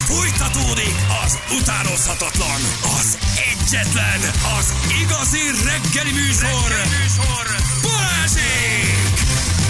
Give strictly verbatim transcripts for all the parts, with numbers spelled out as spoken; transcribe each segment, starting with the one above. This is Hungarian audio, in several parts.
Fújtatódik az utánozhatatlan, az egyetlen, az igazi reggeli műsor, reggeli műsor. Balázsék!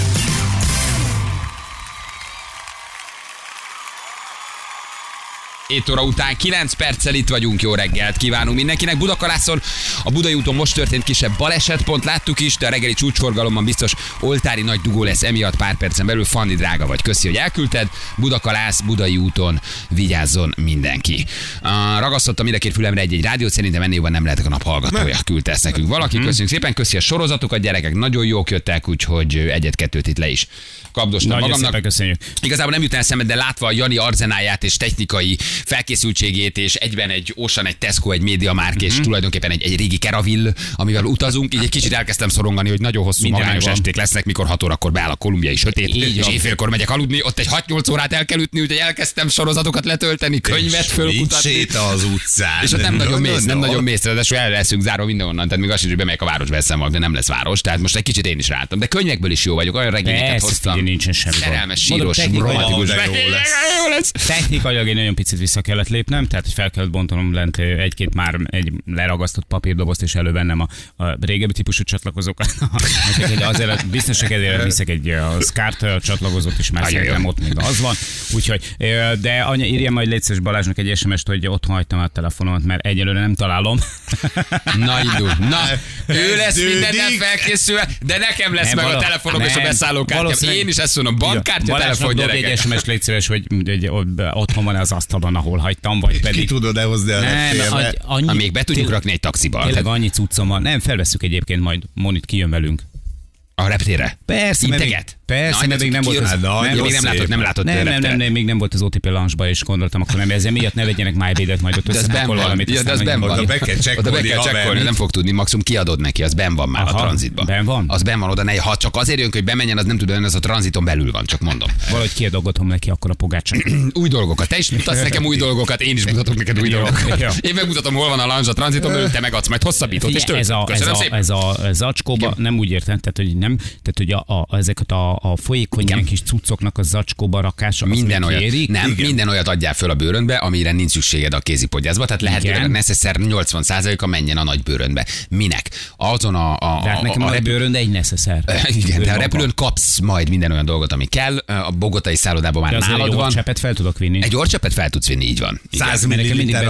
hét óra után kilenc perccel itt vagyunk, jó reggelt kívánunk mindenkinek. Budakalászon a Budai úton most történt kisebb baleset, pont láttuk is, de a reggeli csúcsforgalomban biztos oltári nagy dugó lesz emiatt pár percen belül. Fanni, drága vagy, köszi, hogy elküldted. Budakalász, Budai úton vigyázzon mindenki. Uh, ragasztottam mindekét fülemre egy-egy rádiót, szerintem ennél jobban nem lehetek a nap hallgatója. Küldte ezt nekünk valaki, köszönjük szépen, köszi a sorozatokat, gyerekek, nagyon jók jöttek, úgyhogy egyet-kettőt itt le is kapdostam nagyon magamnak. Szépen köszönjük. Igazából nem jut el szemed, de látva a Jani arzenáját és technikai felkészültségét, és egyben egy Ocean, egy Tesco, egy MediaMarkt, és mm-hmm. tulajdonképpen egy, egy régi Caraville, amivel utazunk. Így egy kicsit elkezdtem szorongani, hogy nagyon hosszú magányos esték lesznek, mikor hat órakor beáll a kolumbiai sötét, így és éjfélkor megyek aludni, ott egy hat-nyolc órát el kell ütni, úgyhogy elkezdtem sorozatokat letölteni, könyvet fölkutatni. Nincs az utcán. És ott nem nagyon mész, nem nagyon mész, ráadásul el leszünk zárva mindenhonnan, tehát még azt is, hogy bemegyek a városba eszem, de nem lesz város, tehát most egy kicsit én is ráálltam. De könyvekből is jó vagyok, olyan regényeket hoztam. Nincsen semmi. Szerelmes, síros, romantikus. Technikailag egy nagyon picit vissza kellett lépnem, tehát fel kellett bontanom lent egy-két már egy leragasztott papírdobozt, és elővennem a, a régebbi típusú csatlakozókat. Azért biztos, hogy ezért viszek egy SCART csatlakozót is, már szerintem ott még az van. Úgyhogy, de anya, írja majd légy szíves Balázsnak egy es em est, hogy otthon hagytam a telefonomat, mert egyelőre nem találom. Na indul. Na, ő lesz mindennel felkészülve, de nekem lesz nem, meg való, a telefonom nem, és a beszállókártyám. Én is ezt mondom, bankkártya, telefon, gyerekek. Egy es em es légy szíves, hogy egy, otthon van az asztalon, ahol hagytam, vagy pedig... Ki tudod elhozni a reptérbe? Ha még be tudjuk rakni egy taxiba. Tényleg annyi cuccom van. Nem, felvesszük egyébként majd. Monit kijön velünk. A reptére? Persze, integet? Persze, mert még nem volt az... Nem, még nem látott, nem látott nem, nem, nem, nem, még nem volt az o té pé lunchba, és gondoltam, akkor nem, ezzel miatt ne legyenek májbédet, majd ott összepakol valamit. Ja, de az benn van. Oda be kell csekkolni, nem fog tudni, maximum kiadod neki, az benn van már a tranzitban. Benn van? Az benn van oda, ne, ha csak azért jön, hogy bemenjen, az nem tud olyan, az a tranziton belül van, csak mondom. Valahogy kiadogatom neki akkor a pogácsot. Új dolgokat. Te is mutatsz nekem új dolgokat, én is mutatok neked új dolgokat. Én megmutatom, hol van a lunch a tranziton belül, te megadsz majd hosszabbítót, és ez a ez a zacskóba nem úgy értem, tehát hogy nem, tehát hogy a ezeket a folyékony ilyen kis cuccoknak a zacskóba rakása, minden olyat, kérik. nem, Igen. minden olyat adjál föl a bőröndbe, amire nincs szükséged a kézipodgyászba, tehát lehetőleg a necesszer nyolcvan százaléka menjen a nagy bőröndbe. Minek? Azon a... a de hát nekem a, a, a bőrönd egy necesszer. Igen, de a repülőn kapsz majd minden olyan dolgot, ami kell. A bogotai szállodában már nálad van. Egy orrcsepet fel tudok vinni. Egy orrcsepet fel tudsz vinni, így van. száz milliliter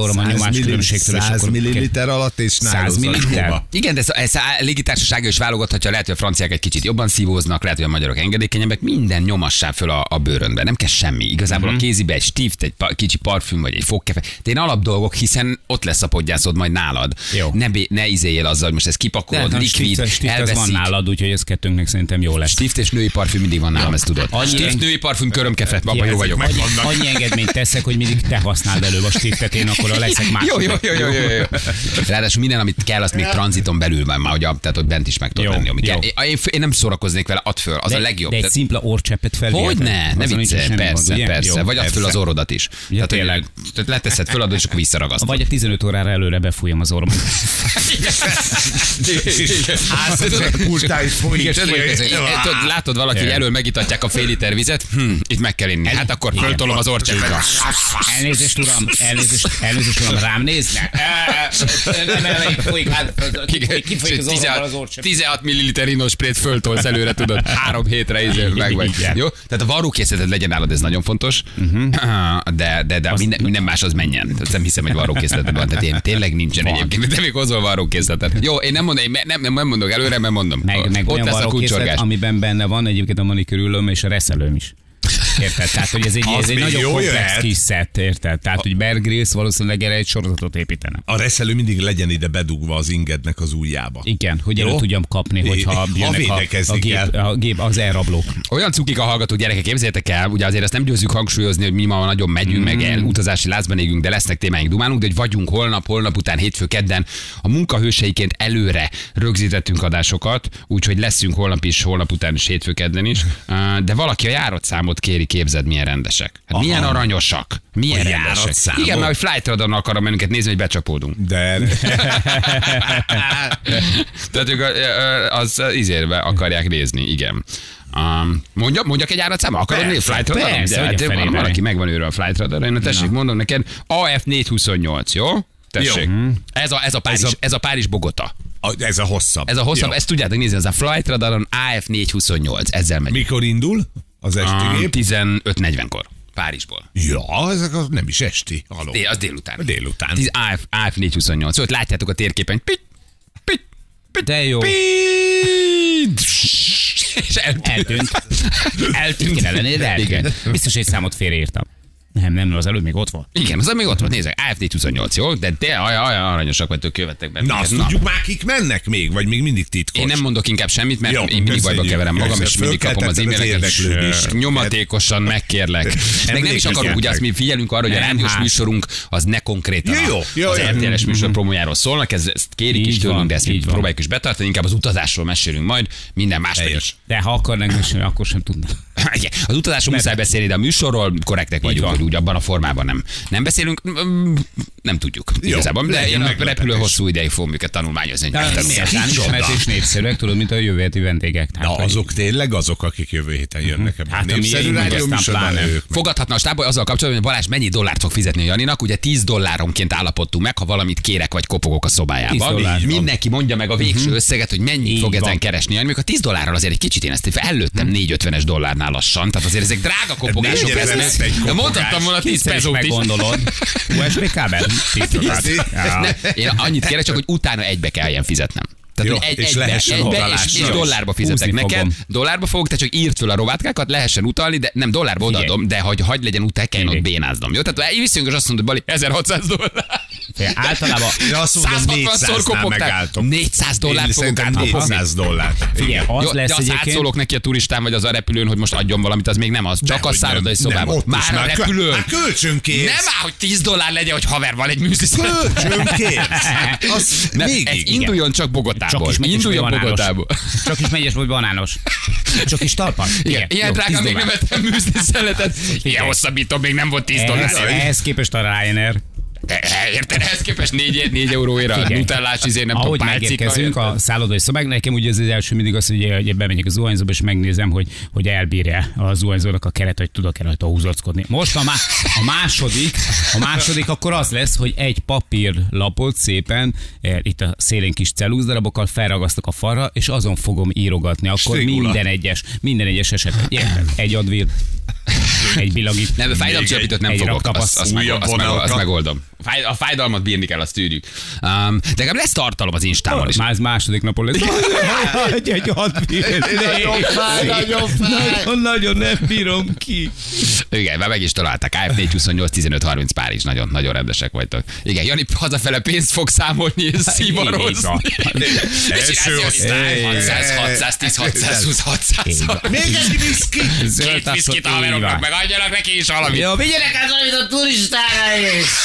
alatt. száz milliliter alatt és száz milliliter. Igen, de ez a légitársasága is válogathatja, lehet, hogy a franciák egy kicsit jobban szívóznak, lehet, hogy a magyarok engedékenyebbek, minden nyomassá föl a, a bőröndbe, nem kell semmi. Igazából uh-huh. a kézibe egy stift, egy pa, kicsi parfüm vagy egy fogkefe. Tényleg alap dolgok, hiszen ott lesz a podgyászod majd nálad. Jó. Ne, ne izéljél azzal, hogy most ezt kipakolod, de, likvid, elveszik. Van nálad, úgyhogy ez kettőnknek szerintem jó lesz. Stift és női parfüm mindig van nálam, ezt tudod. Annyi stift, eng... női parfüm, körömkefe, abban jó vagyok. Annyi, annyi engedményt teszek, hogy mindig te használd elő a stiftet, én akkor leszek más. Jó, jó, jó, jó, jó, jó. Ráadásul minden, amit kell, azt még tranziton belül van, már, hogy, tehát, hogy bent is meg tudod venni, amit kell. Én, én nem szórakoznék vele, add föl, az de, a legjobb. De egy szimpla orrcseppet fel. Hogy ne, ne viccelj, persze, gond, persze. Vagy add föl az orrodat is. Tehát, tényleg. Tehát leteszed, föladod, és akkor visszaragasztod. Vagy a tizenöt órára előre befújom az orromat. Látod valaki, hogy elől megitatják a fél liter vizet, hm, itt meg kell inni. Hát akkor föltolom az orrcseppet. Elnézést, uram, elnézést, elnézést, uram, rám nézne? Nem, nem, folyik, kifolyik az orromban az orrcsepp. tizenhat milliliter inosprét föltolsz előre, tudod, három hétre izél meg vagy. Jó? Tehát a varrókészleted legyen nálad, ez nagyon fontos, de, de, de minden, minden más az menjen. Tehát nem hiszem, hogy varrókészleted van, tehát én tényleg nincsen van. Egyébként, de még hozol varrókészletet. Jó, én nem mondom, én nem, nem mondok előre, mert mondom. Meg, meg olyan varrókészlet, amiben benne van egyébként a manikürülőm és a reszelőm is. Érted? Tehát, hogy ez egy, ez egy nagyon komplex jöhet. Kis szett, érted? Tehát, hogy Bear Grylls valószínűleg erre egy sorozatot építene. A reszelő mindig legyen ide bedugva az ingednek az ujjába. Igen, hogy elő tudjam kapni, hogyha jönnek a, a, gép, a gép, az elrablók. Olyan cukik a hallgató gyerekek, képzeljétek el, ugye azért ezt nem győzzük hangsúlyozni, hogy mi ma nagyon megyünk, mm. meg el, utazási lázban égünk, de lesznek témáink, dumálunk, de hogy vagyunk holnap, holnap után, hétfő, kedden. A munkahőseiként előre rögzítettünk adásokat, úgyhogy leszünk holnap is, holnap után is, hétfő, kedden is. De valaki a járatszámot kéri, képzeld, milyen rendesek. Hát milyen aranyosak. Milyen a rendesek. Igen, mert hogy Flight Radar akarom bennünket nézni, hogy becsapódunk. De... Tehát ők az izérbe akarják nézni, igen. Um, mondja, mondjak egy árat számba? Akarod nézni? Flight Radar? persze, De, hogy a hát, felére. valaki megvan őről a Flight Radar. Én tessék, mondom neked, A F négyszázhuszonnyolc, jó? Tessék. Jó. Ez a, ez a Párizs, Ez a- ez a Párizs Bogota. A- Ez a hosszabb. Ez a hosszabb, Jó. ezt tudjátok nézni, ez a Flight Radaron A F négyszázhuszonnyolc, ezzel megy. Mikor indul az esti Um, gép? tizenöt negyvenkor. Párizsból. Ja, ezek az nem is esti. Haló. Dél, az délután. Délután. Tíz- A F, A F négyszázhuszonnyolc. Ott látjátok a térképen. Pit, pit, pit, De jó. pit. És eltűnt. Eltűnt. Eltűnt. Igen, ellenére eltűnt. Igen. Biztos egy számot félreírtam. Nem, nem, az előbb még ott volt. Igen, az még ott van, nézzek, A F négyszázhuszonnyolc, jó? De te olyan, olyan aranyosak vagytok, követtek be. Na, azt tudjuk már, kik mennek még, vagy még mindig titkos? Én nem mondok inkább semmit, mert Jó, én mindig bajba köszönjük. keverem magam, és Persze, mindig kapom az fölkeltetted az e-maileket, és érdeklődést. ö, nyomatékosan megkérlek. Meg nem is Emlékezzetek. akarunk, ugye azt mi figyelünk arra, hogy a Nem, rádiós hát. műsorunk az ne konkrétan Jó, jó, a- jó, az jó. er té el-es műsor promójáról szólnak, ez- ezt kérik Így is tőlünk, van, de ezt mi így van. próbáljuk is betartani, inkább az utazásról mesélünk majd, minden más meg is. Helyes. De ha akarnánk mesélni, akkor sem tudnám. Igen, az utazásról muszáj beszélni, de a műsorról korrektek vagyunk, van. hogy úgy abban a formában nem. Nem beszélünk, mm, nem tudjuk igazából, de legyen én a meglepetés. repülő hosszú ideig fogom őket tanulmányozni. De Megtanulni. miért? Kicsoda. Ismert és népszerűek, tudod, mint a jövő heti vendégek. Tehát, Na, hogy- azok tényleg azok, akik jövő héten jönnek ebben. Hát, a Népszerű miénk meg rádió aztán műsorban pláne. ők meg. Fogadhatna a stábból azzal kapcsolatban, hogy Balázs mennyi dollárt fog fizetni a Janinak. Ugye tíz dolláronként állapodtunk meg, ha valamit kérek vagy kopogok a tíz szobájában. dollár. Mindenki mondja meg a végső összeget, hogy mennyit Így fog ezen van. keresni. Jani, még a tíz dollárral azért egy kicsit én ezt előttem négy ötvenes dollárnál lassan. Tehát azért ezek drága kopogások négy ezer lesznek. egy De kopogás. mondhattam volna tíz Kétszer is pezót is. meggondolod. u es bé kábel? tíz dollár. Ja. Ne, én annyit kérek csak, hogy utána egybe kelljen fizetnem. Tehát, Jó, hogy egy, és egybe, lehessen egybe, utalás. és, és Jó. dollárba fizetek Húzni neked. fogom. Dollárba fogok, te csak írd föl a rovátkákat, lehessen utalni, de nem dollárba Figyelj. odaadom, de hogy hagy legyen utána, kelljen ott Figyelj. bénáznom. Jó, tehát viszonylag azt mondod, Bali, ezerhatszáz dollár. Figyelj, Általában Én azt mondom, százhatvanszor négyszáznál kopogtál. megálltok. négyszáz dollárt Én fogok szerintem átkopogni. négyszáz dollárt. Figyelj, az Jó, lesz de azt egyébként... átszólok neki a turistán, vagy az a repülőn, hogy most adjon valamit, az még nem az. Csak a Dehogy szállodai nem. szobában. Nem, ott is Már a már kö- repülőn. Már kölcsönkérsz. Nem áll, hogy tíz dollár legyen, hogy haver van egy műzli szeret. Kölcsönkérsz. Az Nem, ez végig. induljon csak Bogotából. Csak is megy, és Induljon vagy banános. Bogotából. Csak is megyes vagy banános. Csak is talpad. Igen, ilyen Jó, drága tíz még dollár. nem ettem műzli szeletet. Ilyen hosszabbító még nem volt tíz Ehhez, dollár. ehhez képest a Ryanair. Érted, ehhez képest négy, négy euróért a Figyelj. nutellás, izé, nem tudom, Ahogy pálcika. megérkezünk érted? a szállodai szobáknak, nekem ugye az első mindig az, hogy, hogy bemegyek a zuhanyzóba, és megnézem, hogy, hogy elbírja a zuhanyzónak a keret, hogy tudok-e rajta húzockodni. Most a, má- a második, a második akkor az lesz, hogy egy papírlapot szépen, eh, itt a szélén kis celluzdarabokkal felragasztok a falra, és azon fogom írogatni. Akkor Strigula. minden egyes, minden egyes esetben. Érted? Egy advil, egy bilagit. Nem, fájdalomcsillapítót nem egy fogok, raktapasz, azt, azt, meg, újabb azt, meg, azt vonalka. megoldom. Fáj- A fájdalmat bírni kell, azt tűrjük. Um, de legalább lesz tartalom az Instával is. Már ez második napon lesz. Egy, egy advil. Nagyon fáj, nagyon fáj. Nagyon, nagyon nem bírom ki. Igen, már meg is találták. A F négyszázhuszonnyolc tizenöt harminc Párizs. Nagyon, nagyon rendesek vagytok. Igen, Jani hazafele pénzt fog számolni és Így szívarozni. van. Első osztály. hatszáz, hatszáztíz, hatszázhúsz, hatszáz. Még egy viszki. Két viszkit a haveroknak, meg adjanak neki is valamit. Jó, vigyenek át valamit a turistára is.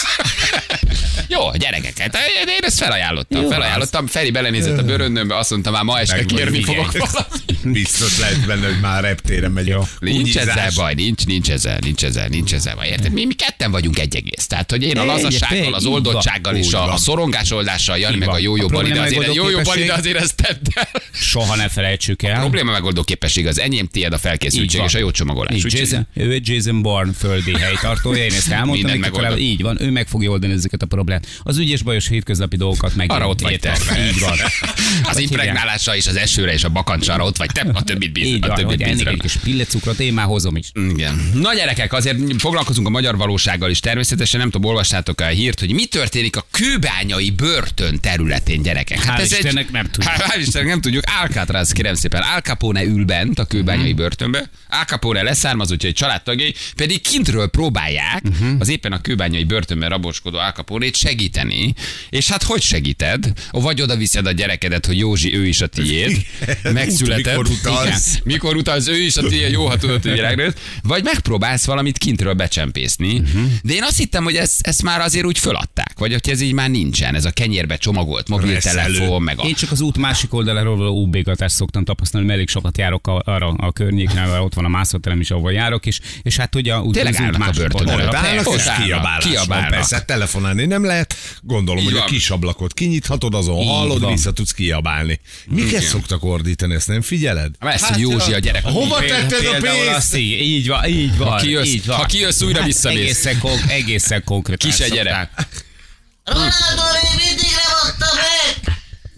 Jó, gyerekeket. Én ezt felajánlottam. Felajánlottam. Feri belenézett a bőröndömbe, azt mondta, már ma este Meg kérni vagy fogok figyelj. valamit. Biztos lehet benne, hogy már reptéren megy. Jó. Nincs ezzel Kunyizás. baj, nincs, nincs ezzel, nincs ezzel, nincs ezzel baj. Érted? Mi, mi ketten vagyunk egy egész. Tehát, hogy én a Egy, lazasággal, egy, az így van. oldottsággal és Úgy a, a van. szorongásoldással, Jani Így meg a van. jó-jó A bali, de probléma azért a megoldó jó-jó bali, de képesség- azért ezt tedd el. Soha ne felejtsük el. Probléma megoldó képesség az enyém, tiéd a felkészültség Így és a van. jó csomagolás. Így, Úgyhogy- Jason, ő egy Jason Bourne földi helytartója, én ezt elmondtam, Mindent nekik megoldott. korábban. Így van, ő meg fogja oldani ezeket a problémát. Az ügyes bajos hétköznapi dolgokat meg. Arra ott vagy te. Így van. Az Hogy impregnálásra és az esőre és a bakancsra ott vagy te, a többit bíz. Így a van, többit hogy ennék bíz egy rám. kis pillecukrot, én már hozom is. Igen. Na gyerekek, azért foglalkozunk a magyar valósággal is természetesen, nem tudom, olvassátok el a hírt, hogy mi történik a kőbányai börtön területén, gyerekek. Hál' Istennek nem tudjuk. Hál' Istennek nem tudjuk. Alcatraz, kérem szépen, Al Capone ül bent a kőbányai Mhm. börtönbe. Al Capone leszármazottja, egy családtagjai pedig kintről próbálják Mhm. az éppen a kőbányai börtönben raboskodó Al Capone-t segíteni. És hát hogy segíted? Vagy oda viszed a gyerekedet, hogy Józsi, ő is a tiéd. Megszületett. Mikor utalsz. Igen. Mikor utalsz, ő is a tiéd, jó, ha tudod, hogy világról. Vagy megpróbálsz valamit kintről becsempészni. Uh-huh. De én azt hittem, hogy ezt, ezt már azért úgy föladták. Vagy hogy ez így már nincsen. Ez a kenyérbe csomagolt mobiltelefon, meg a... Én csak az út másik oldaláról való útbégatást szoktam tapasztalni, mert elég sokat járok a, arra a környéknél, mert ott van a mászóterem is, ahol járok, és, és hát ugye úgy, Tényleg az út állnak a másik börtönben. oldalra. Ott állnak, Ott és állnak, kiabálás van. kiabálnak. Persze, telefonálni nem lehet. Gondolom, Így hogy van. a kis ablakot kinyithatod, azon Így hallod, van. vissza tudsz kiabálni. Miket Igen. szoktak ordítani, ezt nem figyeled? Ezt, hogy Józsi a gyerek. Hova Például- tetted a például pénzt? azt így, így van, így van. Ha kijössz- így van. ha kijössz, újra Hát visszamész. Egészen, kon- egészen konkrét. Kis egy gyerek. Ronaldo még mindig nem adta meg!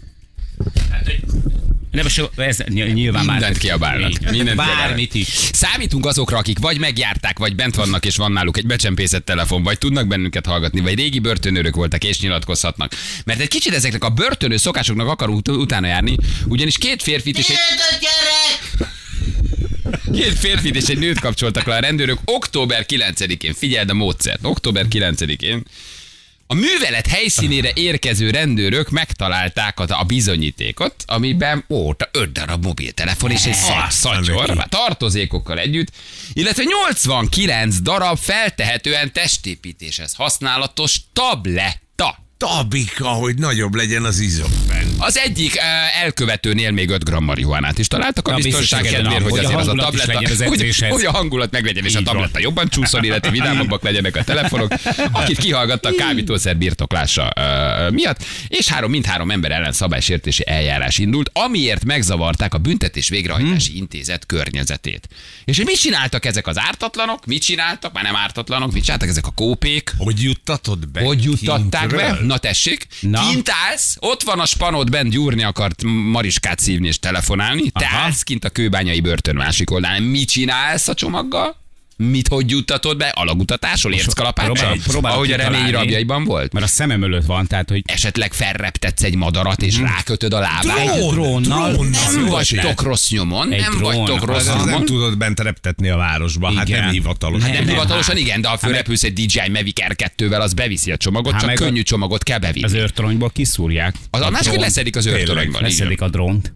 Nem, so, ez ny- nyilván már. Mindent kiabálnak. Így. Mindent Bármit kiabálnak. is. Számítunk azokra, akik vagy megjárták, vagy bent vannak, és van náluk egy becsempészett telefon, vagy tudnak bennünket hallgatni, vagy régi börtönőrök voltak, és nyilatkozhatnak. Mert egy kicsit ezeknek a börtönő szokásoknak akarunk ut- utána járni, ugyanis két férfit és egy, Miért a gyerek? két férfit és egy nőt kapcsoltak le a rendőrök október kilencedikén. Figyeld a módszert. október kilencedikén a művelet helyszínére érkező rendőrök megtalálták a a bizonyítékot, amiben volt öt darab mobiltelefon és egy szagy- szatyor, tartozékokkal együtt, illetve nyolcvankilenc darab feltehetően testépítéshez használatos tabletta. Tabika, hogy nagyobb legyen az izom. Az egyik uh, elkövetőnél még öt gramm marihuánát is találtak a Na, biztonság biztos, kedvéért, hogy hogy a azért az a hangulat is tabletta, legyen az hogy, edzéshez. hogy a hangulat meglegyen, és a Így van. tabletta jobban csúszol, illetve vidámabbak legyenek a telefonok, akit kihallgattak kábítószer birtoklása uh, miatt, és három, mindhárom ember ellen szabálysértési eljárás indult, amiért megzavarták a büntetés végrehajtási Hmm. intézet környezetét. És hogy mit csináltak ezek az ártatlanok? Mit csináltak? Már nem ártatlanok, mit csináltak ezek a kópék? Hogy juttatod be? Hogy juttatták be? kintről? Na tessék, Na. kint állsz, ott van a spanod bent, gyúrni akart Mariskát szívni és telefonálni, te Aha. állsz kint a kőbányai börtön másik oldalán. Mit csinálsz a csomaggal? Mit hogy juttatod be? Alagutatásról, érckalapáccsal? próbálok- próbálok Ahogy a remény kitalálni. rabjaiban volt? Mert a szemem előtt van, tehát, hogy Esetleg felreptetsz egy madarat és rákötöd a lábát? Egy drónnal. drónnal. Nem Jó vagytok ötlet. rossz nyomon, Egy nem drónnal. vagytok rossz Az az nem nyomon. tudod bent reptetni a városba, hát Igen. nem hivatalos. Nem, Nem nem, hivatalosan hát. igen, de ha fölrepülsz egy dé dzsé Mavic er kettővel, az beviszi a csomagot, Hát csak meg a- könnyű csomagot kell bevinni. az őrtoronyból kiszúrják. Az a másik, hogy leszedik az Tényleg, őrtoronyban. így van. Leszedik a drónt.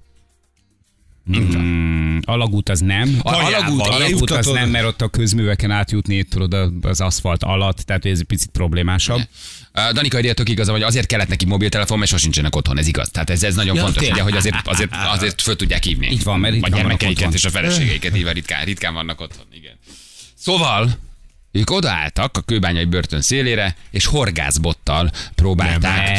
Mm, alagút az nem. A- alagút- alagút, alagút az lejutatod. nem, mert ott a közműveken átjutni tudod az aszfalt alatt, tehát ez egy picit problémásabb. Uh, Danika írja tök igaza, hogy azért kellett neki mobiltelefon, mert sosincsenek otthon, ez igaz. Tehát ez, ez nagyon Ja, fontos, tényleg. ugye, hogy azért, azért, azért föl tudják hívni. Így van, mert ritkán a vannak gyermekeiket otthon. és a feleségeiket, így van, ritkán, ritkán vannak otthon. Igen. Szóval ők odaálltak a kőbányai börtön szélére, és horgászbottal próbálták.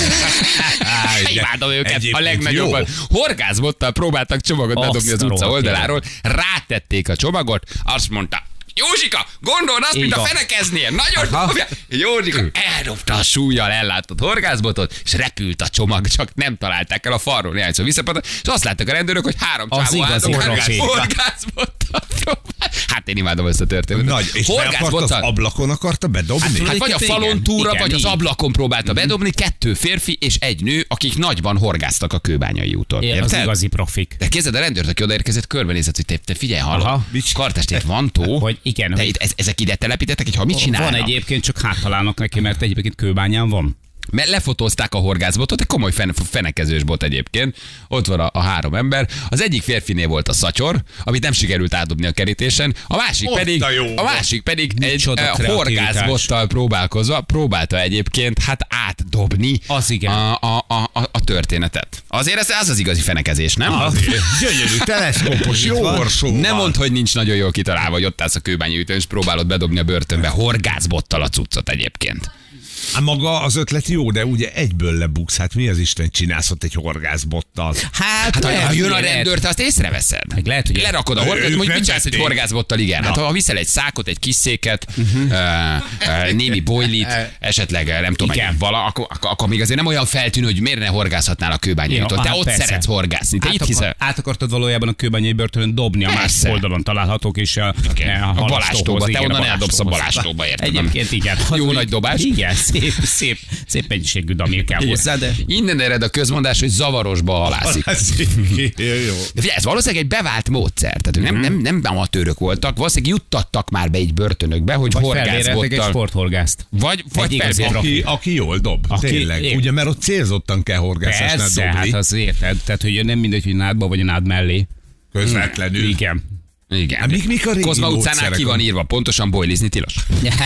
Imádom őket a egyébként legnagyobban. jó. Horgászbottal próbáltak csomagot Azt bedobni az a utca rohadt oldaláról, rátették a csomagot, azt mondta, Józsika, gondold azt, mint Így a van. fenekeznél. Nagyon Aha. dobja. Józsika eldobta a súlyjal ellátott horgászbotot, és repült a csomag, csak nem találták el a falról néhányszor visszapadt, és azt láttak a rendőrök, hogy három Az csávó igazi állt, profi. horgászbottal próbál. Hát én imádom ezt a történetet. Nagy, és le akart az ablakon akarta bedobni? Hát vagy a falon Igen, túra, igen, vagy az így. ablakon próbálta bedobni, kettő férfi és egy nő, akik nagyban horgáztak a kőbányai úton. Az Érted? igazi profik. De képzeld, a rendőrt, aki odaérkezett, körbenézett, hogy te, te figyelj, hallod, Aha. kartestét van tó, Hogy igen, te, hogy- itt, ez, ezek ide telepítettek, hogy ha mit csinálnak? Van egyébként, csak háttalálnak neki, mert egyébként Kőbányán van. Mert lefotózták a horgászbotot, egy komoly fen- fenekezős bot egyébként. Ott van a, a három ember. Az egyik férfinél volt a szatyor, amit nem sikerült átdobni a kerítésen. A másik Ott pedig, a jó. a másik pedig egy Micsoda eh, kreativitás. horgászbottal próbálkozva próbálta egyébként hát átdobni Az igen. A, a, a, a, a történetet. Azért ez az az igazi fenekezés, nem? Gyönyörű, teleszkópos, jó orsó. Nem mondd, hogy nincs nagyon jól kitalálva, hogy ott állsz a kőbányi ütőn, és próbálod bedobni a börtönbe horgászbottal a cuccot egyébként. Hát maga az ötlet jó, de ugye egyből lebuksz. Hát mi az Isten csinálsz ott egy horgászbottal? Hát, Hát ha, lehet, ha jön a lehet. rendőr, te azt észreveszed. Meg lehet, hogy- Lerakod a Ők horgászbottal, hogy nem mit csinálsz egy tették. horgászbottal, igen. Hát ha viszel egy szákot, egy kis széket, uh-huh. uh, uh, némi bojlit, esetleg uh, nem tudom, Igen. egy vala, akkor, akkor, akkor még azért nem olyan feltűnő, hogy miért ne horgászhatnál a kőbányai Ja, úton. Te hát ott persze. szeretsz horgászni. Te Át, itt akar, hiszel. át akartad valójában a Kőbányai börtönön dobni a másik Persze. oldalon találhatók, és a, Igen. a, A halastóhoz, balástóba. Te igen, onnan a eldobsz a balástóhoz. balástóba, érted, nem? Egyébként igen. Jó Az nagy úgy- dobás. Igen, szép, szép, szép mennyiségű damír kell hozzá, de... Innen ered a közmondás, hogy zavarosba halászik. Jó. De figyelj, ez valószínűleg egy bevált módszer. Tehát ők nem, nem, nem amatőrök voltak, valószínűleg juttattak már be egy börtönökbe, hogy Vagy felvéreltek egy horgászbottal. sporthorgászt. Vagy, vagy Egy igazi persze, profi. Aki, aki jól dob, Aki- tényleg. igen. Ugye, mert ott célzottan kell horgászásnál Persze, dobni. hát az érted. Tehát, hogy nem mindegy, hogy nádba vagy a nád mellé. Közvetlenül. Igen. Igen. Hát mik, mik a régi Kozma utcánál módszerek? ki van írva, pontosan bojlizni tilos.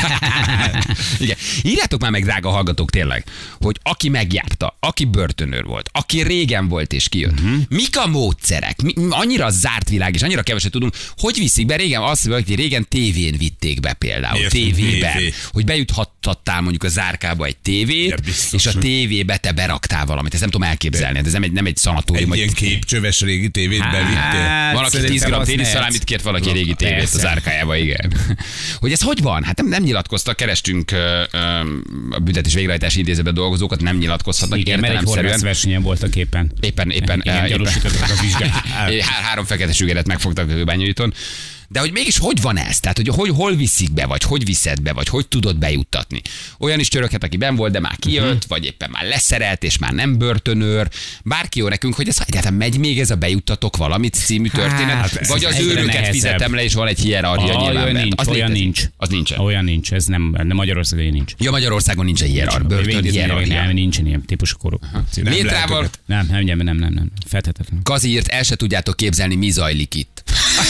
Igen. Írjátok már meg, drága hallgatók, tényleg, hogy aki megjárta, aki börtönőr volt, aki régen volt és kijött, uh-huh. mik a módszerek? Mi, annyira zárt világ, és annyira keveset tudunk, hogy viszik be régen, azt mondja, hogy régen tévén vitték be például, Miért? tévében, Tévé. hogy bejuthattál mondjuk a zárkába egy tévét, Ja, biztos. és a tévébe te beraktál valamit. Ezt nem tudom elképzelni, ez nem egy, nem egy szanatórium. Egy vagy- ilyen képcsöves régi tévét bevittél. Hát, Van, aki szerintem tíz gramm az tériszsalámit kért valaki régi tévét Persze. az árkájába, igen. Hogy ez hogy van? Hát nem, nem nyilatkoztak, kerestünk ö, ö, a büntetés végrehajtási intézetben dolgozókat, nem nyilatkozhatnak Igen, mert egy horgász értelemszerűen. versenyen voltak éppen. Éppen, éppen, Igen, eh, éppen gyanúsítottak a vizsgát. Há- három fekete sügeret megfogtak a Bányújton. De hogy mégis hogy van ez? Tehát, hogy, hogy hol viszik be, vagy hogy viszed be, vagy hogy tudod bejuttatni? Olyan is csöröghet, aki benn volt, de már kijött, uh-huh. vagy éppen már leszerelt, és már nem börtönőr. Bárki jó nekünk, hogy ez egyáltalán megy még ez a bejuttatok valamit című történet, Hát, vagy ez az egyre őröket nehezebb. fizetem le, és van egy hierarchia Ah, nyilván olyan bent. nincs, Az olyan létezik. nincs. Az nincsen. Olyan nincs, ez nem, nem Magyarországon nincs. Ja, Magyarországon nincs egy hierarchia, börtön hierarchia. Nem, nincsen ilyen típusú korú. Nem Létrával lehet Nem, nem, nem, nem, nem, nem. Feltétlenül. Kazi írt, el se tudjátok képzelni, mi zajlik itt.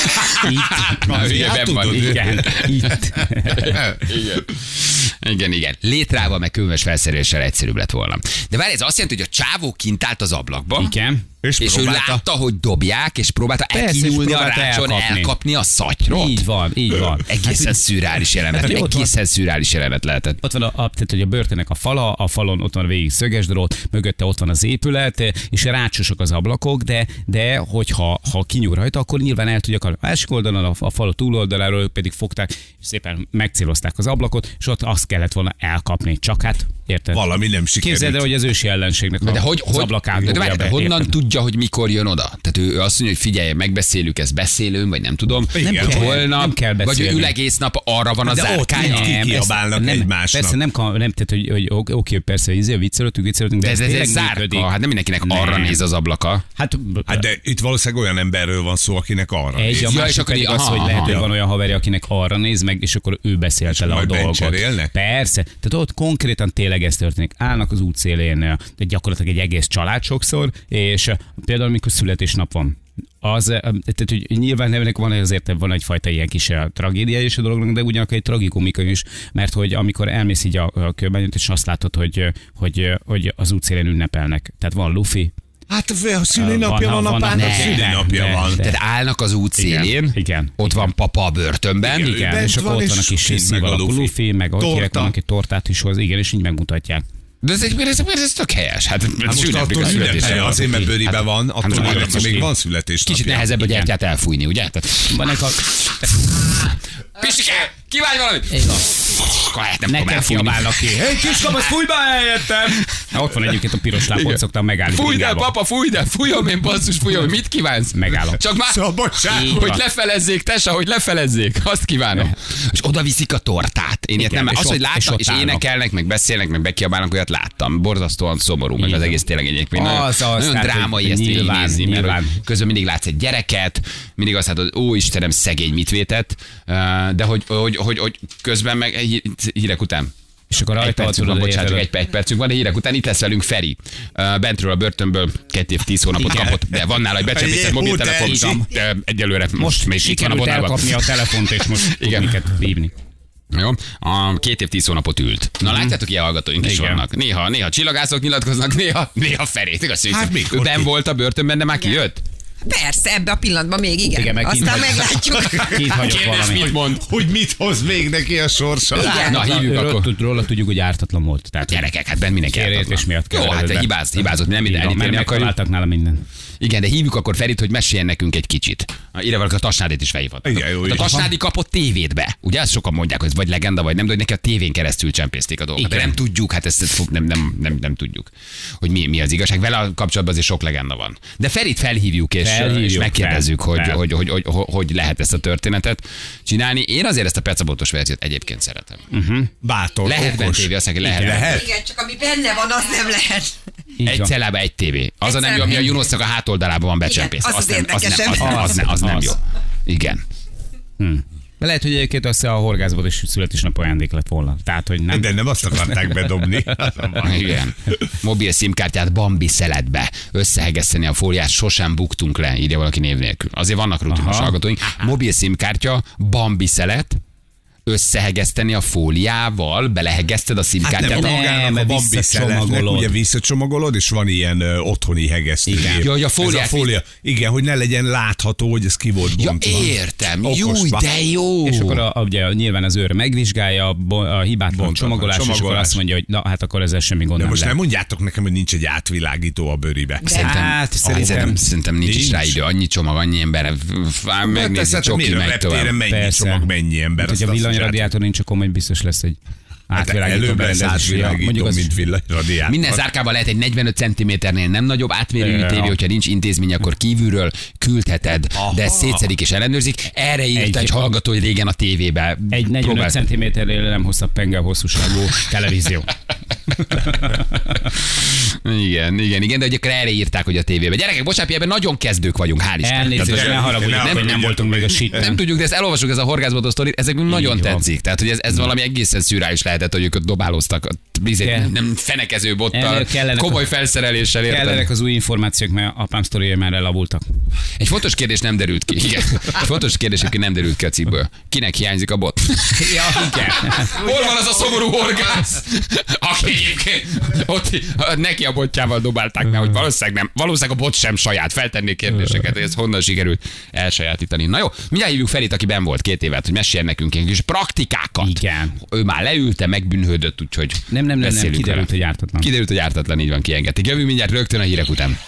Itt. Na, Hát hülyeben van. tudod, Igen, itt. Igen. Igen, igen. Létrával meg könyves felszereléssel egyszerűbb lett volna. De várj, ez azt jelenti, hogy a csávó kint állt az ablakba, Igen. És, és ő próbálta. látta, hogy dobják, és próbálta Persze, és elkinyúlni a próbálta rácson, elkapni. elkapni a szatyrot. Így van, így van. Egészen szürreális jelenet. Hát, hogy ott van- Egészen szürreális jelenet lehetett. Ott van a, a, tehát, hogy a börtönnek a fala, a falon ott van végig szöges drót, mögötte ott van az épület, és rácsosok az ablakok, de, de hogyha ha kinyúl rajta, akkor nyilván el tudják a másik oldalon, a, a falu túloldaláról ők pedig fogták, és szépen megcélozták az ablakot, és ott azt kellett volna elkapni. Csak hát, érted? Valami nem sikerült. Képzeld el, hogy az ősi ellenségnek a, De hogy, az hogy, ablakán de, dobja várj, be, de honnan érted? tudja, hogy mikor jön oda? Tehát ő azt mondja, hogy figyelj, megbeszéljük, ezt beszélünk, vagy nem tudom. Nem hogy kell, holnap, nem kell vagy ő beszélni. ül egész nap, arra van a De ott zárkánya. ki- Nem, kiabálnak ezt- nem, egymásnak. Persze nem, ka- nem tehát, hogy, hogy oké, oké, persze, izé, viccelődtünk, viccelődtünk, de De ez, ez, ez tényleg egy zárka, működik. hát nem mindenkinek Nem. arra néz az ablaka. Hát, Hát de itt valószínűleg olyan emberről van szó, akinek arra egy, néz. a Ja, és másik akkor pedig így- az, aha, hogy lehet, hogy aha. van olyan haverja, akinek arra néz meg, és akkor ő beszélt el a majd dolgot. bencserélnek? Persze. Tehát ott konkrétan tényleg ez történik. Állnak az útszélén, de gyakorlatilag egy egész család sokszor, és például amikor születésnap van, az, tehát, hogy nyilván ennek van azért van egyfajta ilyen kis eh, tragédia is a dolognak, de ugyanakkor egy tragikomika is, mert hogy amikor elmész így a, a Kőbányút, és azt látod, hogy, hogy, hogy az útszélen ünnepelnek. Tehát van Luffy, Hát a szülinapja Van, van, van, apának, ne, szülinapja ne, van. ne. Tehát állnak az út szélén, Igen, igen, ott van papa a börtönben, Igen, igen, bent és akkor van, ott van a és kis kint szív meg a alakú Luffy. Luffy, meg ahogy hívják, Torta. van, aki tortát is hoz, igen, és így megmutatják. de ez, ez, ez, ez tök helyes. Hát, Hát most ünneplik attól a ünnepelje, születésnapot. azért, mert bőribe Hát, van, attól most ünnepelje, most még ki- van születésnapja. Kicsit nehezebb a Igen. gyertyát elfújni, ugye? Tehát, Van egy a... Pistike, kívánj valamit! Akkor lehet, nem tudom Nekem elfújni. kiabálnak ki. Hé, kiskapasz, fújj be helyettem! Hát ott van egyébként a piros láb, ott szoktam megállni. Fújj el, bringába. papa, fújj el, fújom én, basszus, fújom, mit kívánsz? Megállok. Csak már, Szabadság! Így hogy van. lefelezzék, tessa, hogy lefelezzék, azt kívánom. És oda viszik a tortát. Én ilyet Igen, nem, és az, ott- hogy és láttam, ott és állnak. énekelnek, meg beszélnek, meg bekiabálnak, olyat láttam. Borzasztóan szomorú, meg Így az van. egész tényleg egyébként. Nagyon, Az, az, nagyon tehát, drámai hogy ezt nyilván, végignézni, mert nyilván. hogy közben mindig látsz egy gyereket, mindig azt látod, ó Istenem, szegény mit vétett, de hogy, hogy, hogy, hogy közben meg hí- hírek után. És akkor Egy rajta percünk van, tudod, bocsánat, csak érted, egy, egy percünk van, de hírek után itt lesz velünk Feri. Uh, bentről a börtönből két év, tíz hónapot Igen. kapott, de van nála egy becsempészett Egy mobiltelefon, hotel. de egyelőre most, most még itt van a sikerült vonalban. elkapni a telefont, és most tud Igen. minket hívni. Jó, a két év, tíz hónapot ült. Na látjátok, ilyen hallgatóink is Igen. vannak. Néha, néha csillagászok nyilatkoznak, néha, néha Feri. Hát mikor ő ben ki? volt a börtönben, de már kijött? Persze, ebbe a pillanatban még igen. Igen, meg kint Aztán hagy- meglátjuk. Kint hagyott Kérdés, valami. mit mond? Hogy mit hoz még neki a sorsa? Igen. Na, hívjuk Őről akkor. tud- Róla tudjuk, hogy ártatlan volt. Tehát, Gyerekek, hát benne mindenki Kérés ártatlan. miatt Jó, hát keveredett. hibázott, hibázott, nem minden Így van, mert elítélni akarjuk. megtaláltak nála minden. Igen, de hívjuk akkor Ferit, hogy meséljen nekünk egy kicsit. Ide valaki a Tasnádét is felhívhatnak. Igen, jó, Hát a így Tasnádi kapott tévétbe. Ugye ezt sokan mondják, hogy ez vagy legenda, vagy nem, de hogy neki a tévén keresztül csempészték a dolgokat. De Igen. nem tudjuk, hát ezt, ezt nem, nem, nem, nem tudjuk, hogy mi, mi az igazság. Vele a kapcsolatban azért sok legenda van. De Ferit felhívjuk, és, Felhívjuk, és megkérdezzük, fel, hogy, fel. hogy, hogy, hogy, hogy, hogy lehet ezt a történetet csinálni. Én azért ezt a pecabotos verziót egyébként szeretem. Uh-huh. Bátor, Lehet bent okos. tévé, azt mondják, hogy lehet. Lehet? Igen, csak ami benne van, az nem lehet. Így Egy van. cellába egy tévé. Az a nem jó, ami a Junosznak a hátoldalában van becsempész. Igen, az az nem, az, nem, az, érdekesebb. nem, az, nem, az nem Az. jó. Igen. De lehet, hogy egyébként össze a horgászból is születésnap ajándék lett volna. Tehát, hogy nem. De nem azt akarták bedobni. Igen. Mobil szimkártyát Bambi szeletbe összehegeszteni a fóliát, sosem buktunk le, írja valaki név nélkül. Azért vannak rutinos Aha. hallgatóink. Mobil szimkártya, Bambi szelet, összehegeszteni a fóliával, belehegeszted a Hát szimkártyát. nem, Nem, magának a Bambi szeletnek, visszacsomagolod. ugye visszacsomagolod, és van ilyen ö, otthoni hegesztőgép. Igen. Ja, hogy a Ez fóliát a fólia. Igen, hogy ne legyen látható, hogy ez ki volt Ja, bontva. értem. Okos Jó, vagy. de jó. És akkor a, a, ugye, nyilván az őr megvizsgálja a, bo- a hibátlan Bontva, csomagolás, és akkor csomagolás. azt mondja, hogy na hát akkor ezzel semmi gond De nem most nem lehet. mondjátok nekem, hogy nincs egy átvilágító a bőribe. Szerintem, Hát, szerintem, szerintem szerintem nincs, is nincs. rá idő. Annyi csomag, annyi ember. Megnézi, Megnézzük, csoki, miért a megy reptéren tovább. mennyi Persze. csomag, mennyi ember. Hát, azt hogyha azt villanyradiátor nincs, akkor majd biztos lesz egy Hát átvilágító előbb lesz berendezés. Ja, átvilágító, mondjuk az- mint villanyradiátor. Minden zárkában lehet egy negyvenöt centiméternél nem nagyobb átmérőjű Ja. tévé, hogyha nincs intézmény, akkor kívülről küldheted, de ezt szétszedik és ellenőrzik. Erre írta egy, Egy- egy hallgató, hogy régen a tévébe Egy negyvenöt próbált. centiméternél nem hosszabb penge hosszúságú televízió. Igen, igen, igen, de hogy akkor erre írták, hogy a tévébe. Gyerekek, bocsánat, ebben nagyon kezdők vagyunk, hál' Isten. Elnézést, Tehát, ne hogy- haragudjunk, nem hogy nem tudjátok, voltunk még a hogy- sit. nem tudjuk, de ezt elolvasjuk, ez a horgászbotó sztori, ezek nagyon Így van. tetszik. Tehát, hogy ez, ez valami egészen szürális lehetett, hogy ők ott dobálóztak, a bizony, Kell. nem fenekező bottal, El- kellenek komoly a- felszereléssel, érted? Kellenek az új információk, mert apám sztoriai már elavultak. Egy fontos kérdés nem derült ki. Igen. Egy fontos kérdés, aki nem derült ki a cikkből. Kinek hiányzik a bot? Ja, igen. Hol van az a szomorú horgász? Aki egyébként ott neki a botjával dobálták, mert hogy valószínűleg nem. Valószínűleg a bot sem saját. Feltennék kérdéseket, hogy ez honnan sikerült elsajátítani. Na jó, mindjárt hívjuk Ferit, aki benn volt két évet, hogy meséljen nekünk egy kis praktikákat. Igen. Ő már leülte, megbűnhődött, úgyhogy Nem, nem, nem, nem, beszélünk kiderült, vele. hogy ártatlan. Kiderült, hogy ártatlan, így van, kiengedték. Jövő mindjárt rögtön a hírek után.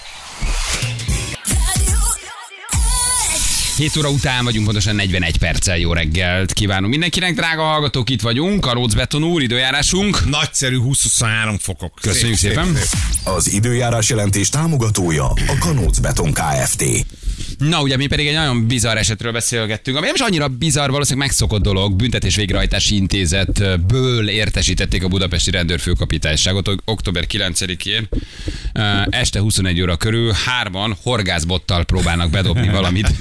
hét óra után vagyunk, pontosan negyvenegy perccel. Jó reggelt kívánunk mindenkinek, drága hallgatók, itt vagyunk, a Rócbeton úr, időjárásunk. Nagyszerű huszonhárom fokok. Köszönjük Szép, szépen. szép, szép. Az időjárás jelentés támogatója a Kanóc Beton Kft. Na, ugye mi pedig egy nagyon bizarr esetről beszélgettünk, ami nem is annyira bizarr, valószínűleg megszokott dolog. Büntetés végrehajtási intézetből értesítették a budapesti rendőrfőkapitányságot ok- október kilencedikén eh, este huszonegy óra körül hárman horgászbottal próbálnak bedobni valamit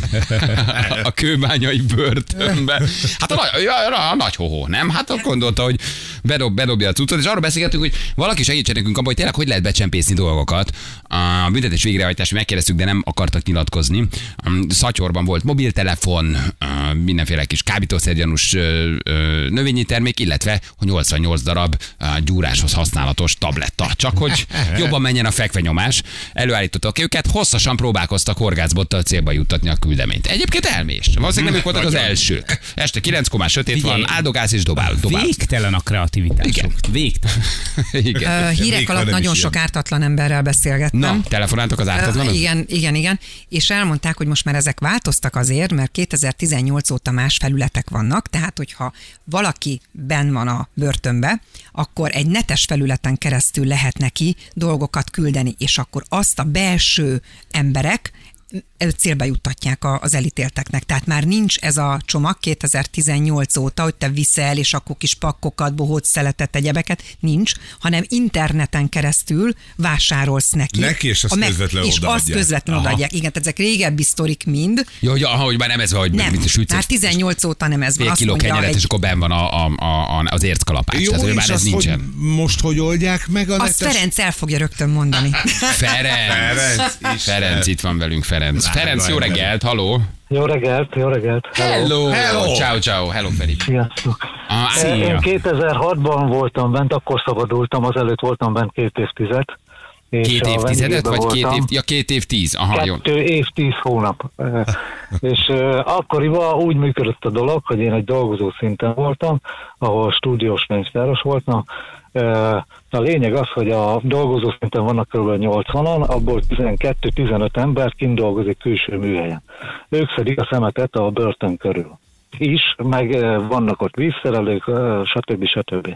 a kőbányai börtönbe. Hát a, nagy- a, a nagy hoho, nem? Hát akkor gondolta, hogy bedob, bedobja a cuccot, és arról beszélgettünk, hogy valaki segítsen nekünk abban, hogy tényleg hogy lehet becsempészni dolgokat. A büntetés végrehajtási megkérdeztük, de nem akartak nyilatkozni. Szatyorban volt mobiltelefon, mindenféle kis kábítószergyanús növényi termék, illetve hogy nyolcvannyolc darab gyúráshoz használatos tabletta. Csak hogy jobban menjen a fekvenyomás. Előállítottak őket, hosszasan próbálkoztak horgászbottal célba juttatni a küldeményt. Egyébként elmés. Valószínűleg nem ők voltak az elsők. Este kilenckor sötét Figyelj, van, áldogálsz és dobál. dobál. Végtelen a kreativitásuk. Igen. Végtelen. Igen. Ö, Hírek Végtelen alatt nem nagyon is sok ilyen. ártatlan emberrel beszélgettem. Na, telefonáltok az Ö, ártatlanok? Igen, igen, igen. És elmondták, hogy most már ezek változtak azért, mert kétezer-tizennyolc óta más felületek vannak, tehát hogyha valaki benn van a börtönbe, akkor egy netes felületen keresztül lehet neki dolgokat küldeni, és akkor azt a belső emberek célba juttatják a- az elítélteknek. Tehát már nincs ez a csomag kétezer-tizennyolc óta, hogy te viszel, és akkor kis pakkokat, bohóc szeletet, egyebeket, nincs, hanem interneten keresztül vásárolsz neki. Neki, és azt A meg- közvetlenül És azt odaadják. közvetlenül Aha. odaadják. Igen, tehát ezek régebbi sztorik mind. Jó, hogy, aha, hogy már nem ez van, hogy Nem, mint a sütsz, már tizennyolc óta nem ez van. fél Azt kiló mondja, kenyeret, egy- és akkor benn van a, a, a, a, az érckalapács. Jó, Tehát, hogy és már ez azt, nincsen. hogy most hogy oldják meg a Azt netes... Ferenc el fogja rögtön mondani. Ferenc. Ferenc is. Ferenc, itt van velünk, Ferenc. Drága Ferenc, jó ember. reggelt, haló. Jó reggelt, jó reggelt. Hello. Hello. Ciao, ciao. Hello, Feri. Sziasztok. Ah, Én Szia. kétezer-hatban voltam bent, akkor szabadultam, azelőtt voltam bent két évtized. és Két a évtizedet, vendégben vagy két voltam. év, ja, két év tíz. Aha, jó. Kettő év, tíz hónap. Eh, és uh, akkoriban úgy működött a dolog, hogy én egy dolgozó szinten voltam, ahol stúdiós könyvtáros voltam. Uh, a lényeg az, hogy a dolgozó szinten vannak kb. nyolcvanan, abból tizenkettő-tizenöt ember kint dolgozik külső műhelyen. Ők szedik a szemetet a börtön körül is, meg uh, vannak ott vízszerelők, uh, stb. stb.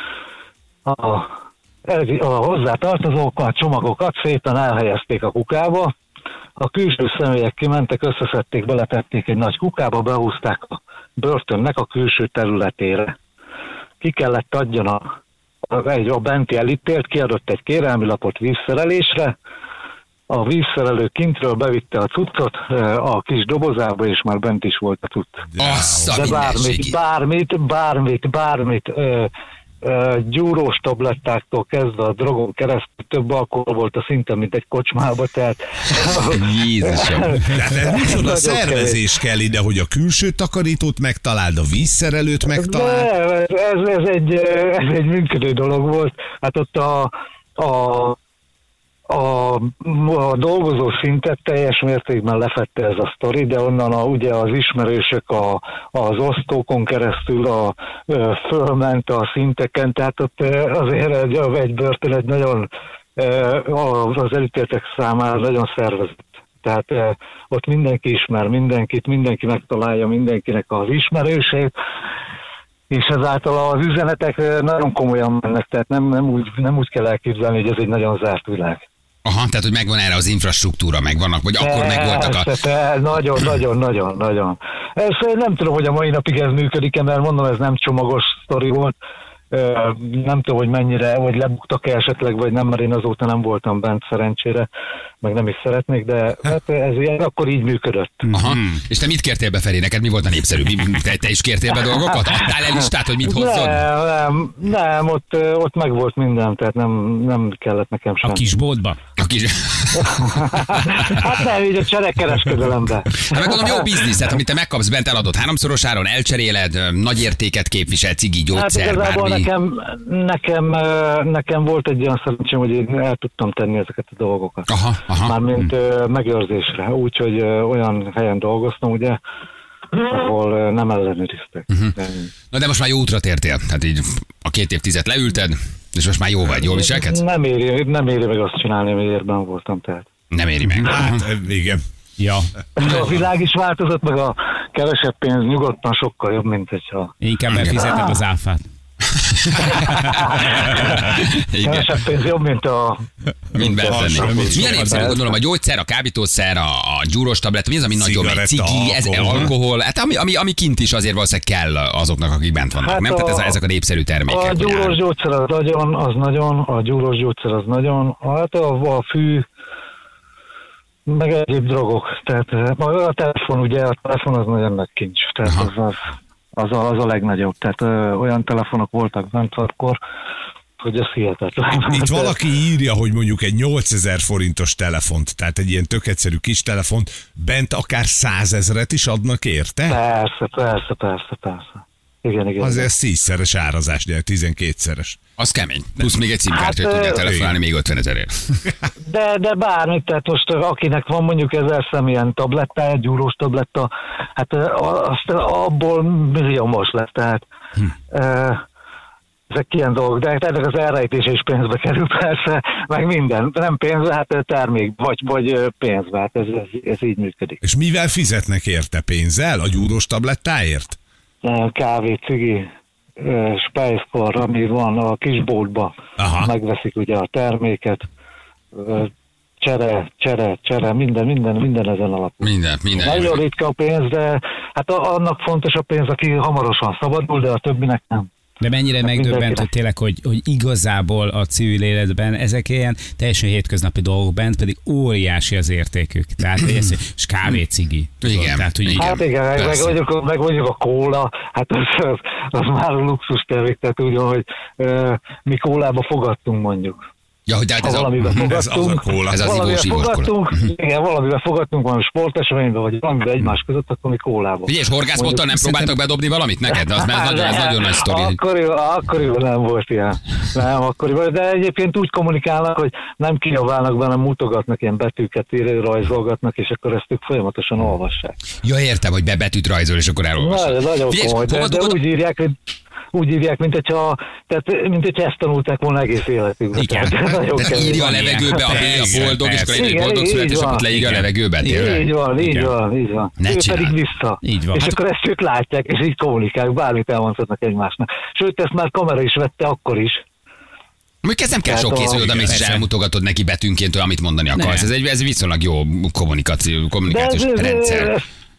A, ez, a hozzátartozók a csomagokat szépen elhelyezték a kukába, a külső személyek kimentek, összeszedték, beletették egy nagy kukába, behúzták a börtönnek a külső területére. Ki kellett adjon a, a, egy, a benti elítélt, kiadott egy kérelmi lapot vízszerelésre, a vízszerelő kintről bevitte a cuccot a kis dobozába, és már bent is volt a cucc. Azt a De bármit, mindenségét. bármit, bármit, bármit, ö, ö, gyúrós tablettáktól kezdve a drogon keresztül több alkohol volt a szinten, mint egy kocsmába, tehát... Jézusom. Tehát ez micsoda Nagyon szervezés kell ide, hogy a külső takarítót megtaláld, a vízszerelőt megtaláld. De ez, ez, egy, ez egy működő dolog volt. Hát ott a, a A, a dolgozó szintet teljes mértékben lefette ez a sztori, de onnan a, ugye az ismerősök a, az osztókon keresztül a, ö, fölment a szinteken, tehát ott ö, azért egy, egy börtön egy nagyon ö, az elítéltek számára nagyon szervezett. Tehát ö, ott mindenki ismer mindenkit, mindenki megtalálja mindenkinek az ismerősét, és ezáltal az üzenetek nagyon komolyan mennek, tehát nem, nem, úgy, nem úgy kell elképzelni, hogy ez egy nagyon zárt világ. Aha, tehát hogy megvan erre az infrastruktúra, megvannak, vagy akkor megvoltak a... Persze, nagyon, nagyon, nagyon, nagyon. Ezt nem tudom, hogy a mai napig ez működik-e, mert mondom, ez nem csomagos sztori volt. Nem tudom, hogy mennyire, vagy lebuktak-e esetleg, vagy nem, mert én azóta nem voltam bent szerencsére, meg nem is szeretnék, de hát ez ilyen, akkor így működött. Aha. És te mit kértél be, Feri? Neked mi volt a népszerű? Mi, te, te is kértél be dolgokat? Adtál el listát, hogy mit hozzon? Nem, nem, nem ott, ott meg volt minden, tehát nem, nem kellett nekem sem. A kisboltba? A kis... Hát nem, így a cserekereskedelembe. Hát meg gondolom, jó biznisz, hát amit te megkapsz bent, eladod háromszoros áron, elcseréled, nagy értéket képvisel, cigi, gyógyszer, hát igazából bármi. nekem, nekem, nekem volt egy olyan szerencsém, hogy én el tudtam tenni ezeket a dolgokat. Aha, aha. Mármint hmm. megőrzésre. Úgyhogy olyan helyen dolgoztam, ugye, ahol nem ellenőriztek. Uh-huh. Na de most már jó útra tértél, tehát így a két évtized leülted, és most már jó vagy, jól viselkedsz? Nem éri, nem éri meg azt csinálni, ami érben voltam, tehát. Nem éri meg. Hát, igen. Ja. A világ is változott, meg a kevesebb pénz nyugodtan sokkal jobb, mint hogyha... Inkább befizeted az áfát. Igen. Kevesebb pénz jobb, mint a... Mind beletenni. Mit Milyen népszerű, gondolom, a gyógyszer, a kábítószer, a, a gyúros tabletta, mi az, ami nagyobb? Egy Cigaretta, cigi, ez alkohol. alkohol, hát ami, ami, ami kint is azért valószínűleg kell azoknak, akik bent vannak, Hát nem? a- Tehát ez a, ezek a népszerű termékek. A hogy gyúros áll. gyógyszer az nagyon, az nagyon, a gyúros gyógyszer az nagyon, hát a, a fű, meg egyéb drogok. Tehát a telefon, ugye, a telefon az nagyon nagy kincs. Tehát az, az, az, a, az a legnagyobb. Tehát ö, olyan telefonok voltak bent akkor, hogy ez hihetetlen. Itt valaki írja, hogy mondjuk egy nyolcezer forintos telefont, tehát egy ilyen tök egyszerű kis telefont, bent akár százezret is adnak érte? Persze, persze, persze, persze. Igen, igen. Azért tízszeres árazás, de tizenkétszeres. Az kemény. Plusz még egy simkártya, hogy Hát, tudják ö, telefonálni még ötven ezerért. De, de bármit, tehát most akinek van mondjuk ezer szem ilyen tablettája, gyúrós tabletta, hát ö, azt abból milliómos lesz, tehát hm. ö, ezek ilyen dolgok, de ezek az elrejtése is pénzbe kerül persze, meg minden, nem pénzbe, hát termék, vagy, vagy pénzbe, hát ez, ez, ez így működik. És mivel fizetnek érte pénzzel? A gyúrós tablettáért? Kávé, cigi, spejszkor, ami van a kisboltba, Aha. megveszik ugye a terméket, ö, csere, csere, csere, minden, minden, minden ezen alapul. Minden, minden. Nagyon ritka a pénz, de hát a, annak fontos a pénz, aki hamarosan szabadul, de a többinek nem. De mennyire megdöbbentő tényleg, hogy, hogy igazából a civil életben ezek ilyen teljesen hétköznapi dolgok bent, pedig óriási az értékük. Tehát ez, és kávé, cigi. Igen, Tehát, hogy igen. Hát igen, meg, meg, persze. mondjuk, meg mondjuk a kóla, hát az, az, az már luxus termék, tehát úgy van, hogy ö, mi kólába fogadtunk mondjuk. Ja, hogy tehát Ha ez a... valamiben Ez az a fogadtunk, kóla. Ez az valamiben ivós ivós kóla. fogadtunk, igen, valamiben fogadtunk, valami sporteseményben, vagy valamiben egymás között, akkor mi kólába. Figyelj, és horgászbottal nem próbáltak bedobni valamit neked? Az már nagyon, ez nagyon nagy sztori. Akkoriban, akkoriban nem volt ilyen. Nem, akkoriban, de egyébként úgy kommunikálnak, hogy nem kiabálnak be, hanem mutogatnak ilyen betűket, írő, rajzolgatnak, és akkor ezt ők folyamatosan olvassák. Ja, értem, hogy be betűt rajzol, és akkor elolvasod. Na, nagyon Figyelj, komoly, de, hova de dugod- úgy írják, hogy úgy írják, mint hogyha, tehát, mint hogyha ezt tanulták volna egész életükben. Igen. Tehát, nagyon Tehát kemény. írja a levegőbe, a bély, a Persze, boldog, és akkor persze. egy Igen, boldog így születés, van. akkor leírja a Igen. levegőbe, tényleg? Így van, így Igen. van, így van. Ne Ő csináld. pedig vissza. Így van. És Hát- akkor ezt ők látják, és így kommunikálják, bármit elmondhatnak egymásnak. Sőt, ezt már kamera is vette akkor is. Mondjuk ez nem kell Tehát sok a- kész, hogy oda mész és persze. elmutogatod neki betűnként, amit mondani akarsz. Nem. Ez egy, ez egy viszonylag jó kommunikáció, De ez, kommunikációs ez, rendszer. ez,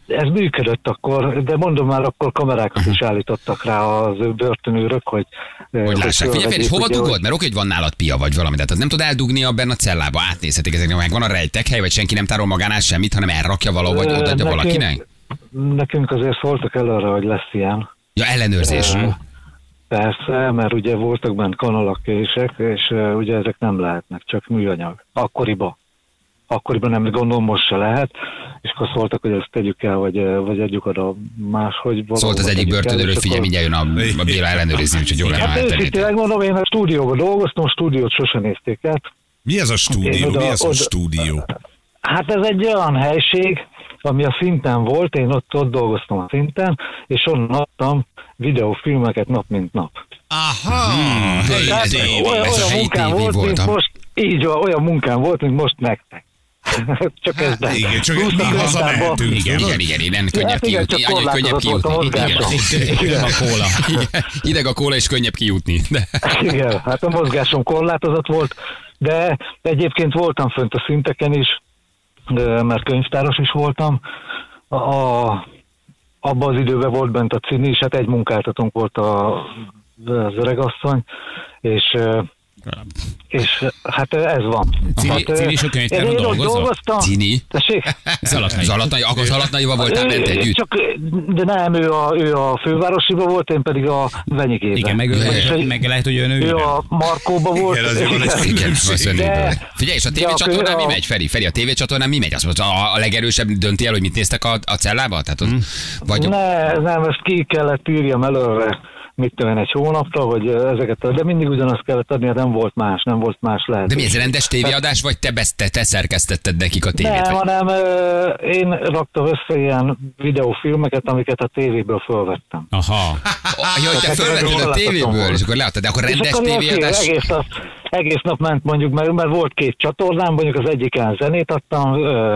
ez működött akkor, de mondom már, akkor kamerákat is állítottak rá az ő börtönőrök, hogy... Hogy lássák. Figyelj, és hova dugod? Mert oké, hogy van nálad pia vagy valami, tehát az nem tud eldugni abban a cellába, átnézhetik ezeknek, meg van a rejtekhely, vagy senki nem tárol magánál semmit, hanem elrakja valahol, vagy odaadja nekünk, valakinek? Nekünk azért szóltak előre, hogy lesz ilyen. Ja, ellenőrzés. E, persze, mert ugye voltak bent kanalakkések, és uh, ugye ezek nem lehetnek, csak műanyag. Akkoriban. Akkoriban nem, gondolom most se lehet, és akkor szóltak, hogy ezt tegyük el, vagy, vagy adjuk oda máshogy. Szólt az egyik börtönőről, figyelj, mindjárt jön a, a Béla ellenőrizni, úgyhogy jól lenne hát őszintén mondom, én a stúdióban dolgoztam, a stúdiót sose nézték át. Mi ez a stúdió? Oda, Mi ez a oda, stúdió? Hát ez egy olyan helység, ami a szinten volt, én ott, ott dolgoztam a szinten, és onnan adtam videófilmeket nap mint nap. Aha! Hmm, Tehát ez olyan, olyan helyi munkám tévé volt, mint voltam. most, így van, olyan munkám volt, mint most nektek. Csak ez de. Igen, csak mi hazamehetünk. Igen, igen, igen, igen, könnyebb Hát igen, kijutni, csak annyi, hogy könnyebb korlátozott volt a kijutni. mozgásom. Ideg a kóla. Ideg a kóla, és könnyebb kijutni. De... Igen, hát a mozgásom korlátozott volt, de egyébként voltam fönt a szinteken is, mert könyvtáros is voltam. A, abban az időben volt bent a Cini is, hát egy munkáltatónk volt a, az öregasszony, és és hát ez van. Cini, hát, Cini is a könyvtáron dolgozol? dolgoztam. Cini? Tessék? Zalatnai. Zalatnai, akkor Zalatnaival voltál bent együtt? Csak, de nem, ő a, ő a fővárosiba volt, én pedig a Venyigében. Igen, meg, meg, meg lehet, hogy ő nő. Ő a Markóba volt. Igen, azért van egy Igen, De- figyelj, és a de tévécsatornán a- mi megy, Feri? Feri, a tévécsatornán mi megy? Azt mondta, a, a legerősebb dönti el, hogy mit néztek a, a cellába? Tehát ott, vagy... Ne, nem, ezt ki kellett írjam előre, mit tudom én, egy hónapra, hogy ezeket, de mindig ugyanazt kellett adni, hát nem volt más, nem volt más lehet. De mi ez, rendes tévéadás, vagy te, besz- te, te szerkesztetted nekik a tévét? Nem, vagy? hanem ö, én raktam össze ilyen videófilmeket, amiket a tévéből fölvettem. Aha. Ja, hogy te Hát fölvetted a ezekről tévéből, láthatom és akkor leadtad, de akkor És rendes akkor ilyen tévéadás? fél- Egész nap, egész nap ment mondjuk, mert, mert volt két csatornám, mondjuk az egyiken zenét adtam, ö,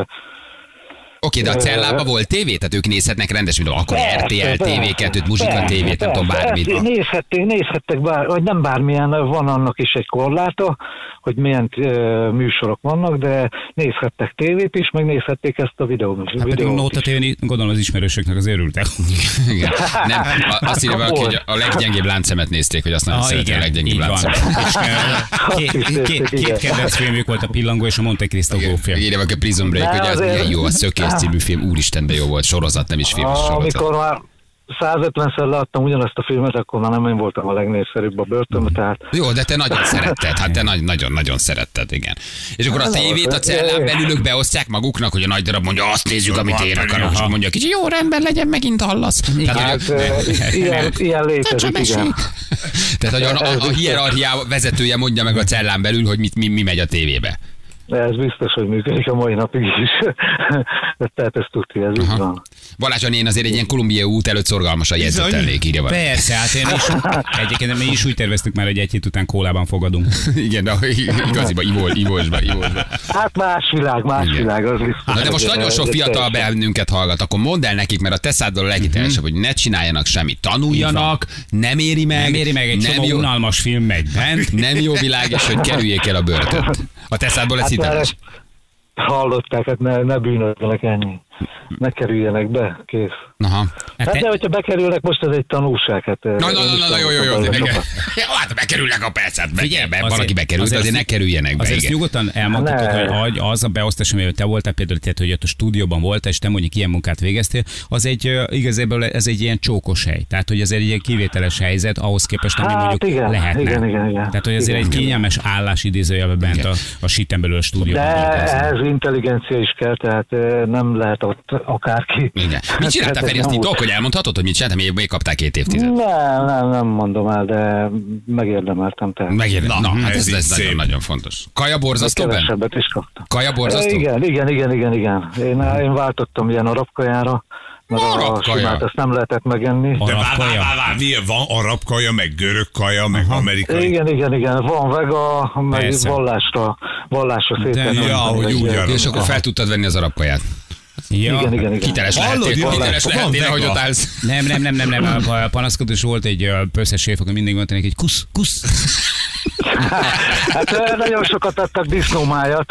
Oké, de a cellában volt tévé? Tehát ők nézhetnek rendes, mint akkor Persze, er té el, té vé kettőt, persze, muzsika persze, tévét, nem tudom, persze. bármit. Ezt Nézhették, nézhettek bár, vagy nem bármilyen, van annak is egy korláta, hogy milyen uh, műsorok vannak, de nézhettek tévét is, meg nézhették ezt a videót. Hát pedig a Nóta tévén, gondolom az ismerősöknek az örültek. Igen. Nem, a- azt írja valaki, hogy a leggyengébb láncszemet nézték, hogy azt nagyon Ah, szereti a igen, leggyengébb így van. láncszemet. És, uh, két, két, két, két kedvenc filmjük volt a Pillangó és a Monte Cristo gófilm. Írja valaki a Prison Break, De hogy az azért- milyen jó, a Szökés című film, úristen, de jó volt, sorozat, nem is film, sorozat. Amikor már százötvenszer láttam ugyanazt a filmet, akkor már nem én voltam a legnépszerűbb a börtönben, tehát Jó, de te nagyon szeretted, hát te nagy- nagyon-nagyon szeretted, igen. És akkor a tévét a cellán belül ők beosztják maguknak, hogy a nagy darab mondja, azt nézzük, amit én akarok, és mondja, kicsi, jó, rendben legyen, megint hallasz. Tehát, hát, hogy ö, ilyen, ilyen létezik, igen. Tehát, hogy a, a, a hierarchia vezetője mondja meg a cellán belül, hogy mit, mi, mi megy a tévébe. De ez biztos, hogy működik a mai napig is. Tehát ez tudja, ez így van. Balázs, én azért egy ilyen kolumbiai út előtt szorgalmasan jegyzetelnék, írja valaki. Persze, hát én is. Egyébként mi is úgy terveztük már, hogy egy hét után kólában fogadunk. Igen, de igaziban ivol, ivósba, ivósba. Hát más világ, más Igen. világ, az biztos. Na de most nagyon sok fiatal bennünket hallgat, akkor mondd el nekik, mert a te száddal a leghitelesebb, hogy ne csináljanak semmit, tanuljanak, nem éri meg, Nem éri meg, egy nem csomó jó, unalmas film megy bent. nem jó világ, és hogy kerüljék el a börtönt. A te szádból ez Hát már hiteles. ezt hallották, hát ne, ne bűnözzenek ennyi. Ne kerüljenek be, kész. Aha. Hát Hát te- de, hogyha bekerülnek, most ez egy tanulság. Hát, Na, na, na, na, na, jó, jó, jó. de igen. Jó, hát bekerülnek a percet, be, Figyelj, be, azért- valaki bekerült, azért, azért azért ne kerüljenek be. Azért ezt Igen. nyugodtan elmondhatod, Ne. hogy az a beosztás, amivel te voltál például, tehát, hogy ott a stúdióban voltál, és te mondjuk ilyen munkát végeztél, az egy ö, igazából ez egy ilyen csókos hely. Tehát, hogy ez egy ilyen kivételes helyzet, ahhoz képest, ami Hát mondjuk igen, lehetne. igen, igen, igen. Tehát, hogy azért Igen. egy kényelmes állás idézőjelben bent a, a síten belül a stúdióban. De dolgozni. ehhez intelligencia is kell, tehát eh, nem lehet ott akárki. Igen. Mit csináltál, Hát ez Feri? Azt nem titok, úgy. hogy elmondhatod, hogy mit csináltál? Még, még kaptál két évtized. Nem, nem, nem mondom el, de megérdemeltem tehát. Megérem. Na, hát ez ez, így ez szép. nagyon-nagyon fontos. Kaja borzasztó benne? Kevesebbet is kaptam. Kaja borzasztó? Eh, Igen, igen, igen, igen, igen. Én, én váltottam ilyen arab kajára, mert a Arab kaja? simát ezt nem lehetett megenni. De Arab vár, vár, kaja. vár, vár, milyen van arab kaja, meg görög kaja, meg amerikai. Igen, igen, igen. Van vega, meg Persze. vallásra, vallásra szépen. De- Ja, hogy úgy arra. És akkor fel tudtad venni az arab kaját. Ja. Igen, igen, igen. Hiteles Hallod, lehettél, Jani? hiteles Van lehettél, vega. ahogy ott állsz. Nem, nem, nem, nem, nem. A panaszkodós volt egy ö, pösszes séf, akkor mindig mondta neki, hogy kusz, kusz. Hát eh, nagyon sokat adtak disznómájat,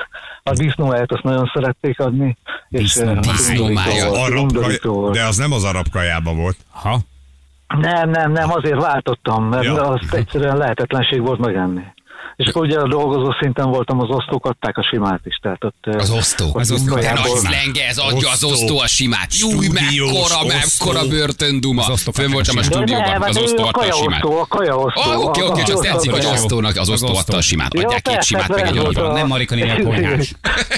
A disznómáját azt nagyon szerették adni. És, Disznómája. eh, Disznómája. undorító volt, Arab undorító kaj... volt. De az nem az arab kajában volt. Ha? Nem, nem, nem, azért váltottam, mert Ja. ja. az egyszerűen lehetetlenség volt megenni. És akkor ugye a dolgozó szinten voltam, az osztók adták a simát is. Tehát ott, Az osztó. ott Az osztó. De kajából- nagy szlenge, ez adja az Osztó. osztó a simát. Júj, Stúdiós mekkora, osztó. mekkora börtönduma. Az osztó Fönn voltam a simát. stúdióban, De az nem, osztó a adta a simát. kajaosztó, a kajaosztó. Ó, Oké, oké, csak tetszik, hogy az osztónak, az osztó adta a simát. Adják két simát, meg egy volt arabot. a- Nem Marika néni a konyhás.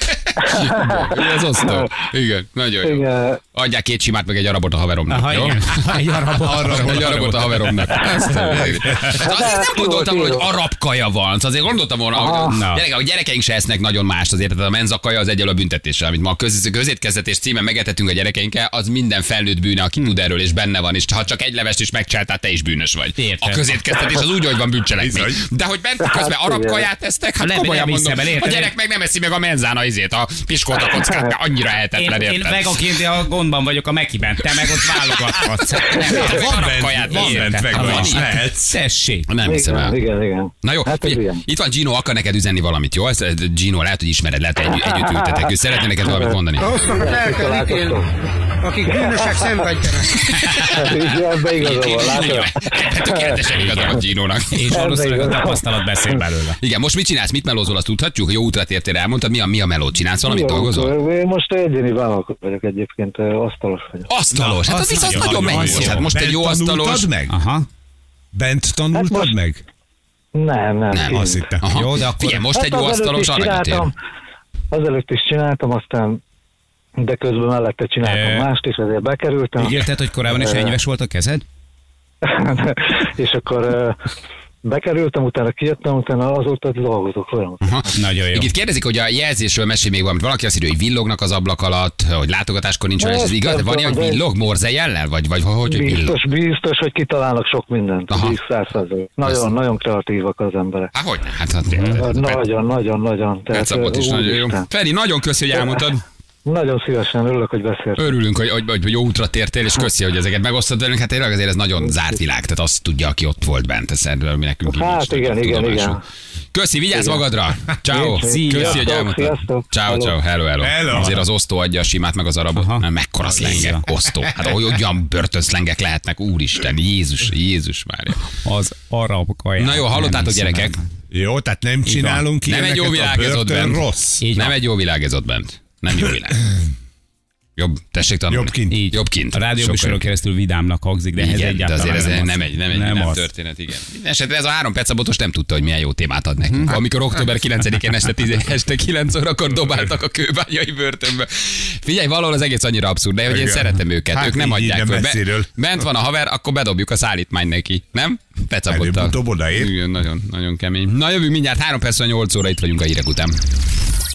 Igen, az osztó. Igen, nagyon jó. Igen. Adják két simát, meg egy arabot a haveromnak, Aha, jó? igen. Egy arabot. Egy arabot a haveromnak. Ezt a- Hát azért nem gondoltam, hogy jó. arab kaja van. Szóval azért gondoltam volna, hogy Na. gyerekek, a gyerekeink se esznek nagyon mást azért, tehát a menza kaja az egyelő a büntetéssel, amit ma a köz, közétkeztetés címen megetetünk a gyerekeinkkel, az minden felnőtt bűne, aki tud erről és benne van, és ha csak egy levest is megcsináltál, te is bűnös vagy. Értem. A közétkeztetés az úgy, hogy van bűncselekmény. Bizony. De hogy bent közben arab igen. kaját esztek, hát Nem, komolyan nem mondom, hiszem el, a érted? gyerek meg nem eszi meg a menzán a izét, a piskóta kockát, mert annyira Én, ehetetlen, én érted? vegaként a gondban vagyok a Mekiben, te meg ott válogathatsz. Nem, Van Van arab bent, kaját, van érted? bent vega Van is, itt. lehetsz. Tessék. Nem hiszem Igen, el. igen, igen. Na jó, Hát ez figyelj, ilyen. itt van Gino, akar neked üzenni valamit, jó? Ezt, Gino, lehet, hogy ismered, lehet, hogy együtt, együtt ültetek. Ő szeretne neked valamit mondani. Rosszakat el kell ítélni, akik bűnösek szenvedjenek. Igen, ebbe igaza van, látod? Tökéletesen igaza van Ginónak. És valószínűleg a igaz. tapasztalat beszél belőle. Igen, most mit csinálsz, mit melózol, azt tudhatjuk, jó útra tértél, elmondtad, mi a, mi a melót, csinálsz valamit, Jó, dolgozol? Én most egyéni vállalkozó vagyok egyébként, asztalos vagyok. Asztalos, hát az viszont nagyon nagyon mennyis. jó. Hát most egy Bent jó asztalos. tanultad meg? Aha. Bent tanultad Hát most- meg? Nem, nem. Nem, kint. Azt hittem. Aha. Jó, de akkor- Figyelj, most egy jó azelőtt asztalos is arra jött ér. csináltam, azelőtt is csináltam, aztán de közben mellette csináltam Ö, mást is, ezért bekerültem. Ígérted, hogy korábban is enyves volt a kezed? És akkor ö, bekerültem, utána kijöttem, utána azóta dolgozok folyamatosan. Aha. Nagyon jó. Itt kérdezik, hogy a jelzésről mesélj még valamit. Valaki azt írja, hogy villognak az ablak alatt, hogy látogatáskor nincs olyan, ez igaz? De van ilyen, hogy villog, morze jellel? Vagy, vagy hogy, hogy villog? Biztos, biztos, hogy kitalálnak sok mindent. Aha. Biztos, száz százalék. Nagyon, nagyon kreatívak az emberek. Há, hogy? Hát, hát, Nagyon, nagyon, nagyon. Percabot is nagyon jó. úristen. Feri, nagyon köszi, hogy elmondtad. Nagyon szívesen örülök, hogy beszéltem. Örülünk, hogy, hogy, hogy jó útra tértél, és köszi, hogy ezeket megosztod velünk. Hát tényleg azért ez nagyon zárt világ, tehát azt tudja, aki ott volt bent. Ez mi nekünk így Hát nincs igen, igen, tudomásunk. igen. Köszi, vigyázz magadra! Ciao. Köszi, Sziasztok, hogy elmondtad. sziasztok. Ciao, Hello. ciao, hello, hello. Hello. Azért az osztó adja a simát, meg az arabot. Aha. Mert mekkora szlengek, osztó. Hát ahogy olyan börtönszlengek lehetnek, úristen, Jézus, Jézus várja. Az arab kaját. Na jó, hallottátok, Nem hiszem gyerekek? el. Jó, tehát nem csinálunk Nem ilyeneket, egy jó világ a ez ott börtön bent. rossz. Így Nem van. egy jó világ ez ott bent. Nem jó világ. Jobb, tessék tanulni. Jobb kint. Így. Jobb kint. A rádióműsoron Sokkal keresztül vidámnak hangzik, de ez igen, de egyáltalán azért ez nem, nem, az. egy, nem egy nem nem az. történet, igen. Minden esetre ez a három percabotos nem tudta, hogy milyen jó témát ad nekünk. Amikor október kilencedikén este, tíz, este kilenc órakor dobáltak a kőbányai börtönbe. Figyelj, valahol az egész annyira abszurd, de hogy én Igen. szeretem őket, Hát ők nem így, adják így, föl. messziről. Be, bent van a haver, akkor bedobjuk a szállítmány neki, nem? Pecabottal. Előbb-utóbb odaér. Igen, nagyon, nagyon kemény. Na jövünk mindjárt, három perc, nyolc óra, itt vagyunk a hírek után.